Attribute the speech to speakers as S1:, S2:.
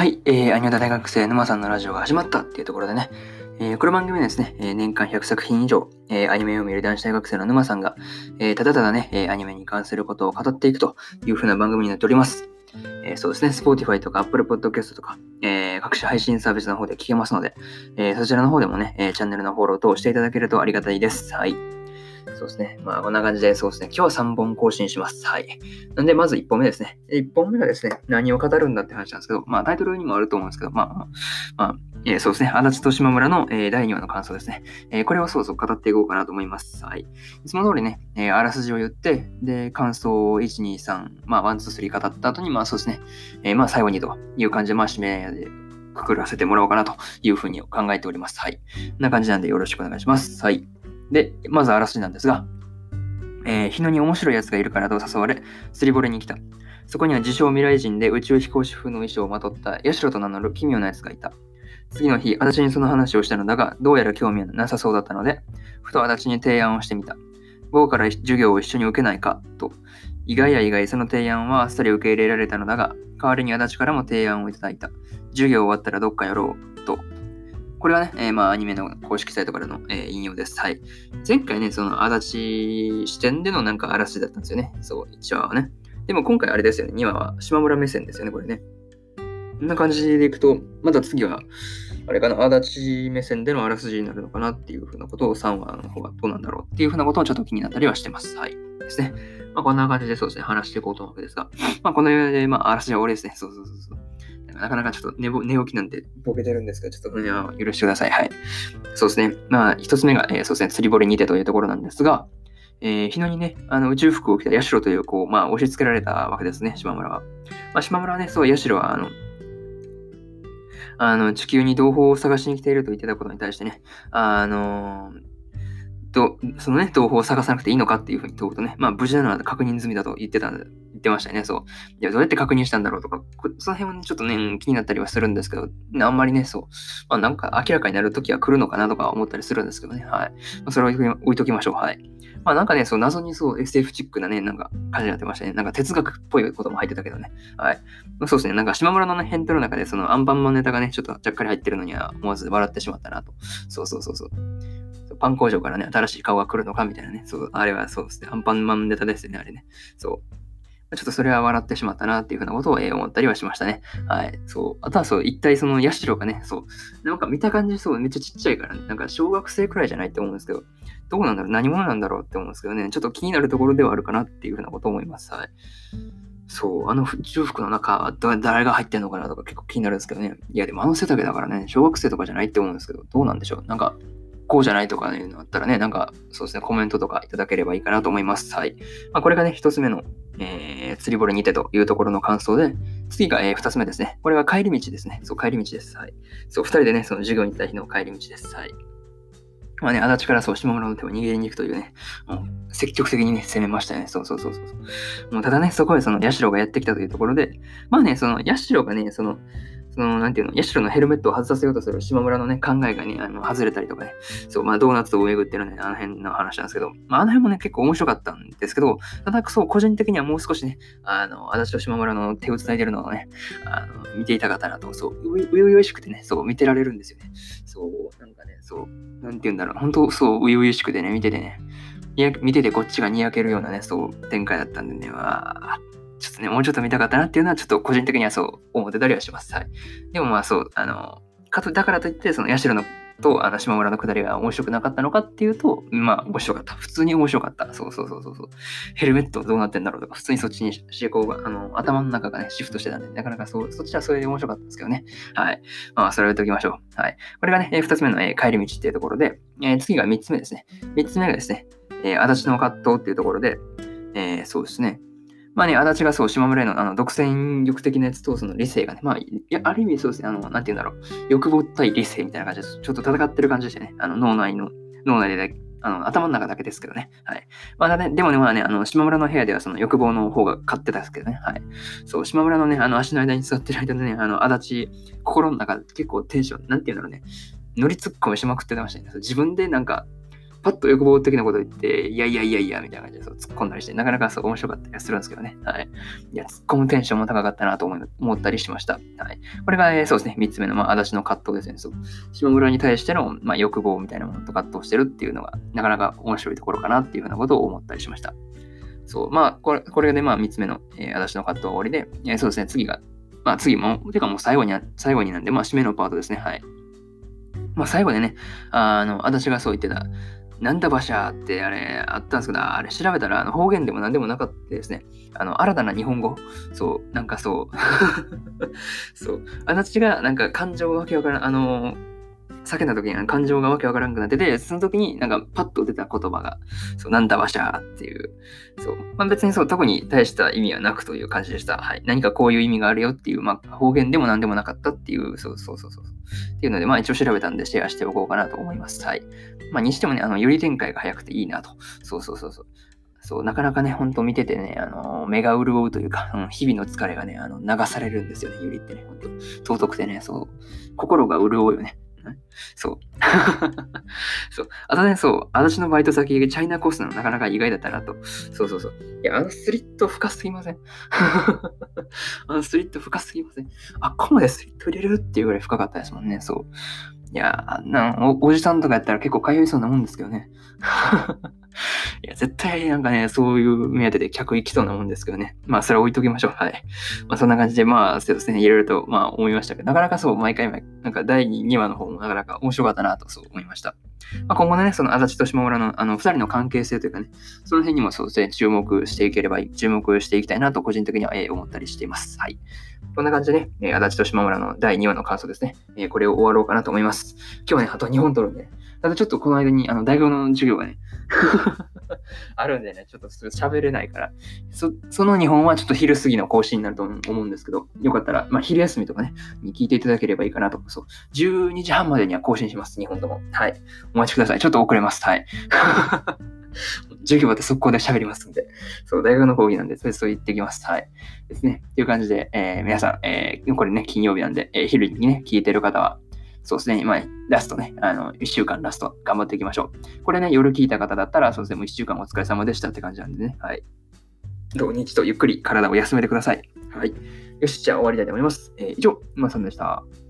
S1: はい、アニメ大学生沼さんのラジオが始まったっていうところでね、この番組はですね、年間100作品以上、アニメを見る男子大学生の沼さんが、ただただね、アニメに関することを語っていくという風な番組になっております。そうですね、Spotify とか Apple Podcast とか、各種配信サービスの方で聞けますので、そちらの方でもね、チャンネルのフォロー等していただけるとありがたいです。はい。そうですね。こんな感じで、そうですね。今日は3本更新します。はい。なんで、まず1本目ですね。1本目がですね、何を語るんだって話なんですけど、タイトルにもあると思うんですけど、そうですね。足立と島村の、第2話の感想ですね。これをそうそう語っていこうかなと思います。はい。いつも通りね、あらすじを言って、で、感想を1、2、3、1、2、3語った後に、そうですね。最後にという感じで、締めでくくらせてもらおうかなというふうに考えております。はい。こんな感じなんでよろしくお願いします。はい。で、まずあらすじなんですが、日野に面白い奴がいるからと誘われ、釣り堀に来た。そこには自称未来人で宇宙飛行士風の衣装をまとったヤシロと名乗る奇妙な奴がいた。次の日、足立にその話をしたのだが、どうやら興味はなさそうだったので、ふと足立に提案をしてみた。午後から授業を一緒に受けないかと。意外や意外、その提案はあっさり受け入れられたのだが、代わりに足立からも提案をいただいた。授業終わったらどっか寄ろうと。これはね、アニメの公式サイトからの、引用です。はい。前回ね、その足立視点でのなんか嵐だったんですよね。そう、1話はね。でも今回あれですよね、2話は島村目線ですよね、これね。こんな感じでいくと、また次は、あれかな、足立目線でのあらすじになるのかなっていうふうなことを3話の方はどうなんだろうっていうふうなことをちょっと気になったりはしてます。はい。ですね。こんな感じでそうですね、話していこうと思うわけですが、このようで、あらすじは終わりですね。そう。なかなかちょっと寝起きなんでボケてるんですけど、ちょっとそれは許してください。はい。そうですね。一つ目が、そうですね、釣り堀にてというところなんですが、日野にね、宇宙服を着たヤシロという、押し付けられたわけですね、島村は。島村はね、そう、ヤシロは、地球に同胞を探しに来ていると言ってたことに対してね、そのね、同胞を探さなくていいのかっていうふうに問うとね、無事なのは確認済みだと言ってましたよね。そう。いや、どうやって確認したんだろうとか、その辺はね、ちょっとね、気になったりはするんですけど、あんまりね、そう。なんか明らかになるときは来るのかなとか思ったりするんですけどね。はい。それを置いときましょう。はい。なんかね、そう、謎にそう、SF チックなね、なんか感じになってましたね。なんか哲学っぽいことも入ってたけどね。はい。そうですね。なんか島村のね、返答の中で、そのアンパンマンネタがね、ちょっとちゃっかり入ってるのには思わず笑ってしまったなと。そう。パン工場からね、新しい顔が来るのかみたいなね。そう、あれはそうですね。アンパンマンネタですよね、あれね。そう。ちょっとそれは笑ってしまったなっていうふうなことを思ったりはしましたね。はい。そう。あとはそう、一体そのヤシロがね、そう。なんか見た感じそう、めっちゃちっちゃいからね。なんか小学生くらいじゃないって思うんですけど、どうなんだろう、何者なんだろうって思うんですけどね。ちょっと気になるところではあるかなっていうふうなことを思います。はい。そう、宇宙服の中、誰が入ってんのかなとか結構気になるんですけどね。いや、でも背丈だからね、小学生とかじゃないって思うんですけど、どうなんでしょう。なんか、こうじゃないとかね、あったらね、なんか、そうですね、コメントとかいただければいいかなと思います。はい。これがね、一つ目の、釣り堀にてというところの感想で、次が、二つ目ですね。これは帰り道ですね。そう、帰り道です。はい。そう、二人でね、その授業に行った日の帰り道です。はい。足立からそう、島村の手を逃げに行くというね、積極的にね、攻めましたね。そう。もうただね、そこへその、ヤシロがやってきたというところで、その、ヤシロがね、なんていうの、ヤシロのヘルメットを外させようとする島村のね、考えがね、外れたりとかね、そう、ドーナツを巡ってるね、あの辺の話なんですけど、あの辺もね、結構面白かったんですけど、ただ、そう、個人的にはもう少しね、足立と島村の手を繋いでるのをね、見ていたかったなと、そう、うよよしくてね、そう、見てられるんですよね。そう、なんかね、そう、なんていうんだろう、本当そう、うよよしくてね、見ててね、見ててこっちがにやけるようなね、そう、展開だったんでね、ちょっとね、もうちょっと見たかったなっていうのは、ちょっと個人的にはそう思ってたりはします。はい。でもそう、だからといって、その、ヤシロのと、島村のくだりが面白くなかったのかっていうと、面白かった。普通に面白かった。そう。ヘルメットどうなってんだろうとか、普通にそっちに思考が、頭の中がね、シフトしてたんで、なかなかそっちはそれで面白かったんですけどね。はい。それを言っておきましょう。はい。これがね、二つ目の、帰り道っていうところで、次が三つ目ですね。三つ目がですね、足立の葛藤っていうところで、そうですね。足立がそう、島村への独占欲的なやつと、その理性がね、ある意味そうですね、なんて言うんだろう、欲望対理性みたいな感じで、ちょっと戦ってる感じでしたね。脳内で、頭の中だけですけどね。はい。でもね、島村の部屋ではその欲望の方が勝ってたんですけどね。はい。そう、島村のね、足の間に座ってる間でね、足立、心の中で結構テンション、なんて言うんだろうね、乗り突っ込みしまくってましたね。自分でなんか、 パッと欲望的なこと言って、いやいやいやいや、みたいな感じでそう突っ込んだりして、なかなかそう面白かったりするんですけどね。はい。いや、突っ込むテンションも高かったなと思ったりしました。はい。これが、そうですね、3つ目の、足立の葛藤ですね。そう。下村に対しての、欲望みたいなものと葛藤してるっていうのが、なかなか面白いところかなっていうふうなことを思ったりしました。そう。これで3つ目の、足立の葛藤は終わりで、そうですね、次が、次も、てかもう最後になんで、締めのパートですね。はい。最後でね、私がそう言ってた、なんだばしゃーってあれあったんですけど、あれ調べたら方言でも何でもなかったですね。新たな日本語。そう、なんかそう。そう。私がなんか感情がわけわからん、叫んだ時に感情がわけわからんくなってて、その時になんかパッと出た言葉が、そう、なんだばしゃーっていう。そう。別にそう、特に大した意味はなくという感じでした。はい。何かこういう意味があるよっていう、方言でも何でもなかったっていう、そう。っていうので、一応調べたんでシェアしておこうかなと思います。はい。にしてもね、より展開が早くていいなと。そう。そう、なかなかね、ほんと見ててね、目が潤うというか、日々の疲れがね、流されるんですよね、ゆりってね、ほんと。尊くてね、そう、心が潤うよね。そう。そう。あとね、そう。私のバイト先がチャイナコースなのなかなか意外だったなと。そう。いや、スリット深すぎませんスリット深すぎません。ここまでスリット入れるっていうぐらい深かったですもんね。そう。いや、おじさんとかやったら結構通いそうなもんですけどね。いや、絶対なんかね、そういう目当てで客行きそうなもんですけどね。それは置いときましょう。はい。そんな感じで、そうですね、いろいろと、思いましたけど、なかなかそう、毎回、なんか第2話の方もなかなか面白かったなと、そう思いました。今後のね、その足立と島村の、2人の関係性というかね、その辺にもそうですね、注目していきたいなと、個人的には思ったりしています。はい。こんな感じでね、足立と島村の第2話の感想ですね。これを終わろうかなと思います。今日ね、あと2本撮るんで、ただちょっとこの間に大学の授業がね、あるんでね、ちょっと喋れないから、その2本はちょっと昼過ぎの更新になると思うんですけど、よかったら、昼休みとかね、に聞いていただければいいかなと。そう、12時半までには更新します、2本とも。はい。お待ちください。ちょっと遅れます。はい。授業で速攻で喋りますんで。そう、大学の講義なんで、そう言ってきます。はい。ですね。っていう感じで、皆さん、これね、金曜日なんで、昼にね、聞いてる方は、そうですね、ラストね、1週間ラスト頑張っていきましょう。これね、夜聞いた方だったら、そうですね、もう1週間お疲れ様でしたって感じなんでね、はい。土日とゆっくり体を休めてください。はい。よし、じゃあ終わりたいと思います。以上、まさんでした。